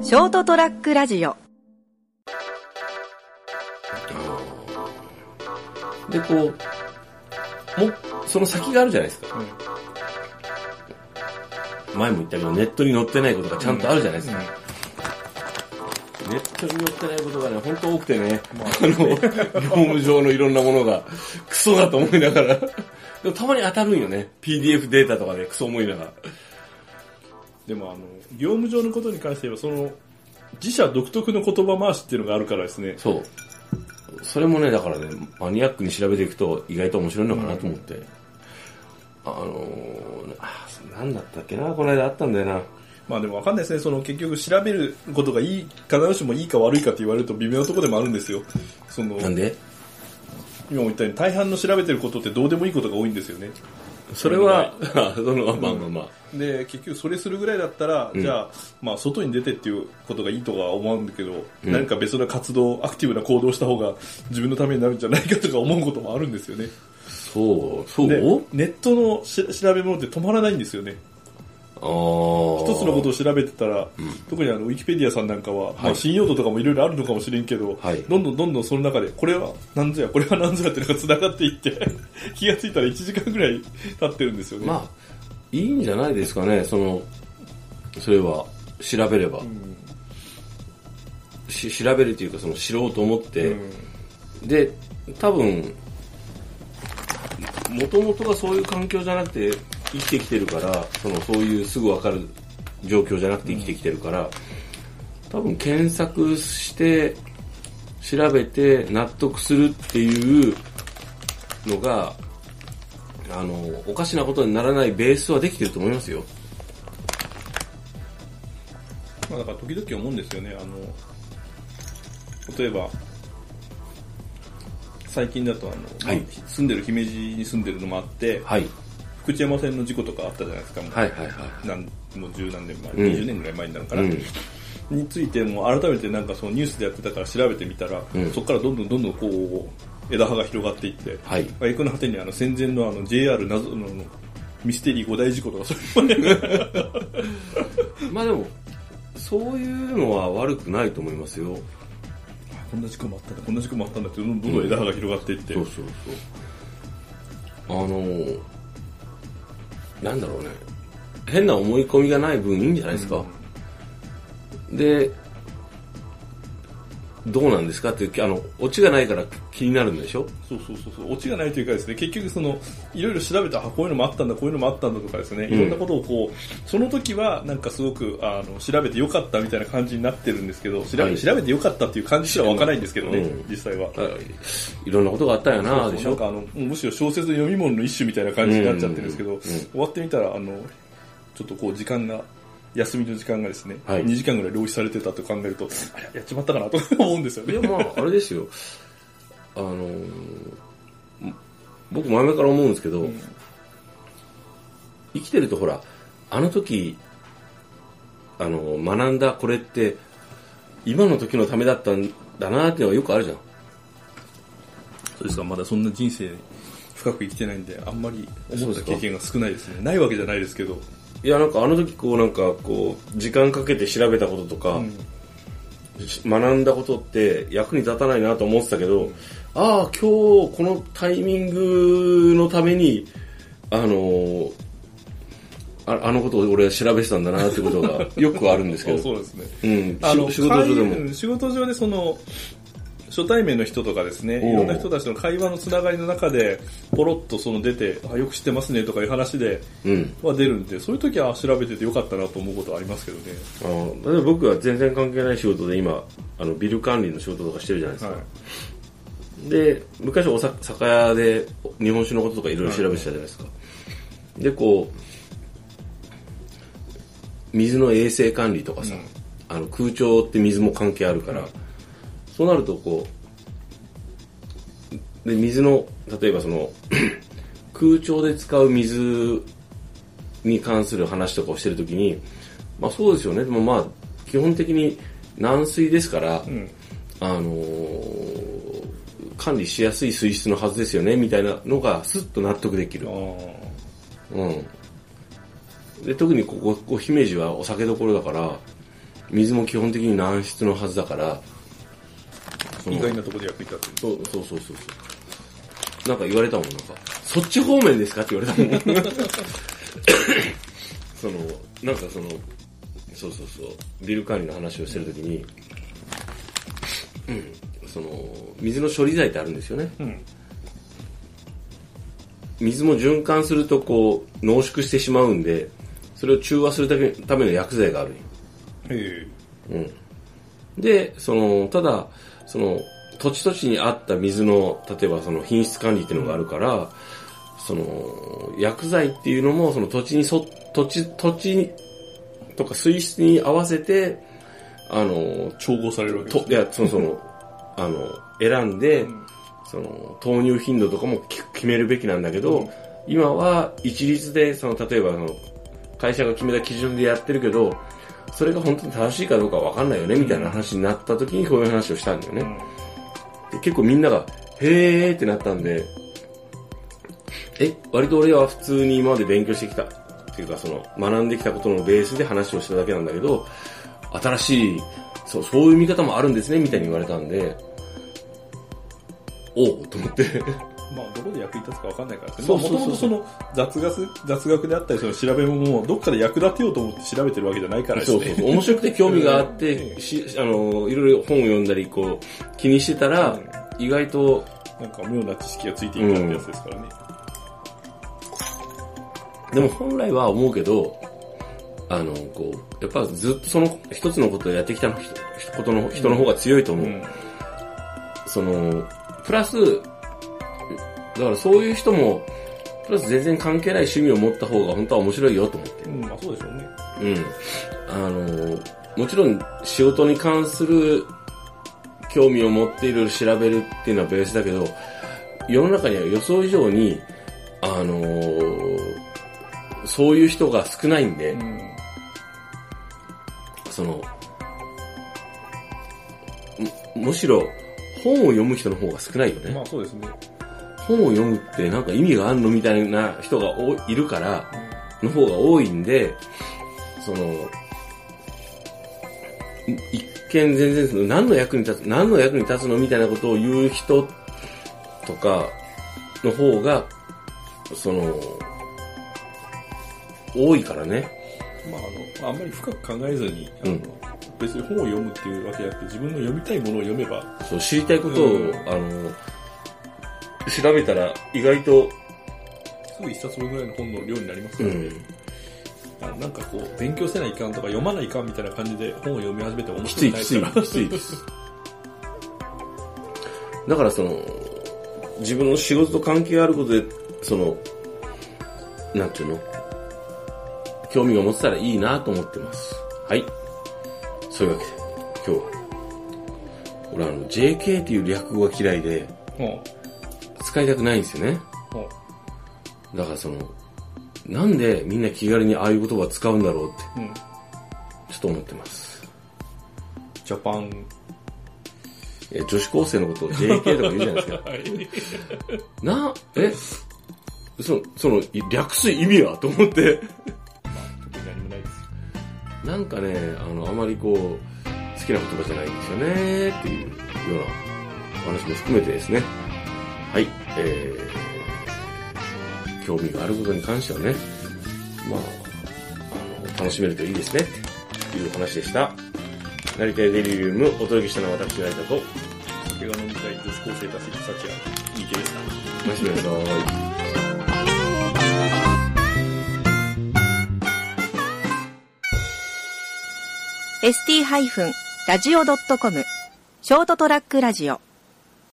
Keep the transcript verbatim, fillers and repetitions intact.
ショートトラックラジオ。 でこうもその先があるじゃないですか、うん、前も言ったけどネットに載ってないことがちゃんとあるじゃないですか、うんうん、ネットに載ってないことがね本当多くてね、まあ、あの業務上のいろんなものがクソだと思いながらでもたまに当たるんよね ピーディーエフ データとかでクソ思いながら。 でもあの業務上のことに関してはその自社独特の言葉回しっていうのがあるからですね。 そうそれもねだからねマニアックに調べていくと意外と面白いのかなと思って、うん、あのー、あなんだったっけなこの間あったんだよな。 まあでもわかんないですね。その結局調べることがいい必ずしもいいか悪いかって言われると微妙なところでもあるんですよ。そのなんで今も言ったように大半の調べてることってどうでもいいことが多いんですよね。 それはそのまあまあまあ、 うん、で結局それするぐらいだったら、うん、じゃあまあ外に出てっていうことがいいとは思うんだけど、うん、何か別の活動アクティブな行動した方が自分のためになるんじゃないかとか思うこともあるんですよね。 そうそうでネットのし調べ物って止まらないんですよね。 あ一つのことを調べてたら、うん、特にあのウィキペディアさんなんかは、はいまあ、信用度とかもいろいろあるのかもしれんけど、はい、どんどんどんどんその中でこれは何ぞやこれは何ぞやっていうのが繋がっていって気がついたらいちじかんぐらい経ってるんですよね。 まあいいんじゃないですかね。そのそれは調べれば、うん、し調べるというかその知ろうと思って、うん、で多分元々がそういう環境じゃなくて生きてきてるからそのそういうすぐ分かる状況じゃなくて生きてきてるから、うん、多分検索して調べて納得するっていうのがあのおかしなことにならないベースはできてると思いますよ。 まあだから時々思うんですよね。あの例えば最近だとあの、はい、住んでる姫路に住んでるのもあって、はい、福知山線の事故とかあったじゃないですか。もう、はいはいはい、何もう十何年前、うん、にじゅうねんぐらい前になるから、うん、についてもう改めてなんかそのニュースでやってたから調べてみたら、うん、そこからどんどんどんどんこう枝葉が広がっていって、はい、エクの果てにあの戦前のあの ジェイアール 謎のミステリーご大事故とかそういうまあでもそういうのは悪くないと思いますよ。 こんな事故もあったんだこんな事故もあったんだってどんどん枝葉が広がっていって、 うん、そうそうそうあのー、なんだろうね変な思い込みがない分いいんじゃないですか、うん、でどうなんですかっていうあのオチがないから気になるんでしょ。 そうそうそうそうオチがないというかですね結局そのいろいろ調べたあこういうのもあったんだこういうのもあったんだとかですね、うん、いろんなことをこうその時はなんかすごくあの調べてよかったみたいな感じになってるんですけど調べ、はい、調べてよかったっていう感じしかわからないんですけどね、うん、実際は、はい、 いろんなことがあったよなでしょ。 なんかあのむしろ小説の読み物の一種みたいな感じになっちゃってるんですけど、うんうんうん、終わってみたらあのちょっとこう時間が休みの時間がですね、はい、にじかんぐらい浪費されてたと考えるとあやっちまったかなと思うんですよね。 いやまああれですよあのー、僕前々から思うんですけど、うん、生きてるとほらあの時あの学んだこれって今の時のためだったんだなっていうのがよくあるじゃん。 そうですか。まだそんな人生深く生きてないんであんまり思った経験が少ないですね。ないわけじゃないですけど。 いやなんかあの時こうなんかこう時間かけて調べたこととか、うん、学んだことって役に立たないなと思ってたけど、うん、ああ今日このタイミングのためにあのあ, あのことを俺は調べてたんだなってことがよくあるんですけどそうですね、 うん、あの仕事上でも仕事上でその初対面の人とかですね、いろんな人たちの会話のつながりの中でポロッとその出てあよく知ってますねとかいう話では出るんで、うん、そういう時は調べててよかったなと思うことはありますけどね。 あ例えば僕は全然関係ない仕事で今あのビル管理の仕事とかしてるじゃないですか、はい、で昔おさ酒屋で日本酒のこととかいろいろ調べてたじゃないですか、はい、でこう水の衛生管理とかさ、うん、あの空調って水も関係あるから、うんそうなるとこうで水の例えばその空調で使う水に関する話とかをしてるときにまあそうですよねでもまあ基本的に軟水ですから、うん、あのー、管理しやすい水質のはずですよねみたいなのがスッと納得できる。うん。で特にここここ姫路はお酒どころだから水も基本的に軟質のはずだから、 意外なところで役に立ってる。 そうそうそうそう。なんか言われたもん、なんか、そっち方面ですかって言われたもん。その、なんかその、そうそうそう、ビル管理の話をしてるときに、うん、その、水の処理剤ってあるんですよね。うん、水も循環するとこう、濃縮してしまうんで、それを中和するための薬剤がある。へえ。うん。で、その、ただ、その、土地土地に合った水の、例えばその品質管理っていうのがあるから、うん、その、薬剤っていうのも、その土地にそ、土地、土地とか水質に合わせて、あの、 調合されるわけですね。 いや、その、その、あの、選んで、うん、その、投入頻度とかも決めるべきなんだけど、うん、今は一律で、その、例えば、その、会社が決めた基準でやってるけど、それが本当に正しいかどうかわかんないよね、みたいな話になった時にこういう話をしたんだよね。うん、で結構みんなが、へーってなったんで、え、割と俺は普通に今まで勉強してきた、っていうかその、学んできたことのベースで話をしただけなんだけど、新しい、そう、そういう見方もあるんですね、みたいに言われたんで、おうと思って。 まあ、どこで役に立つか分かんないからですね。そうそうそう。もともとその雑学、雑学であったり、その調べ物も、どっかで役立てようと思って調べてるわけじゃないからですね。 そうそう。面白くて興味があって、しあの、いろいろ本を読んだり、こう、気にしてたら、うん、意外と、 なんか妙な知識がついていくってやつですからね。 うん、でも本来は思うけど、あの、こう、やっぱずっとその一つのことをやってきたことの人の方が強いと思う。うん、その、プラス、だからそういう人も、プラス全然関係ない趣味を持った方が本当は面白いよと思って。 うん、まあそうでしょうね。 うん。あの、もちろん仕事に関する興味を持っていろいろ調べるっていうのはベースだけど、世の中には予想以上に、あのー、そういう人が少ないんで、うん、その、むしろ本を読む人の方が少ないよね。 まあそうですね。 本を読むってなんか意味があるのみたいな人がいるから、の方が多いんで、その、一見全然その何の役に立つ、何の役に立つのみたいなことを言う人とかの方が、その、多いからね。 まああの、あんまり深く考えずに、あの、うん、別に本を読むっていうわけじゃなくて、自分の読みたいものを読めば。 そう、知りたいことを、うん、あの、調べたら意外とすぐ一冊分ぐらいの本の量になりますからね、うん、なんかこう勉強せないかんとか読まないかんみたいな感じで本を読み始めても面白いないからきついきついきついですだからその自分の仕事と関係があることでそのなんていうの興味が持てたらいいなと思ってます。はい、そういうわけで今日は俺あの ジェーケー っていう略語が嫌いで、うん使いたくないんですよね。だからその、なんでみんな気軽にああいう言葉を使うんだろうって、うん、ちょっと思ってます。 ジャパン。 え、女子高生のことを ジェーケー とか言うじゃないですか。な、え、そその、略す意味はと思って。 まあ、特に何もないです。 なんかね、あの、あまりこう、好きな言葉じゃないんですよね、っていうような話も含めてですね。はい、えー、興味があることに関してはね、まあ、あの、楽しめるといいですね、という話でした。成田デリリウム、お届けしたのは私、成田と、 酒が飲みたい女子高生たち、さちや、いいケでした。 おやすみなさい。エスティー ラジオ ドットコム ショートトラックラジオ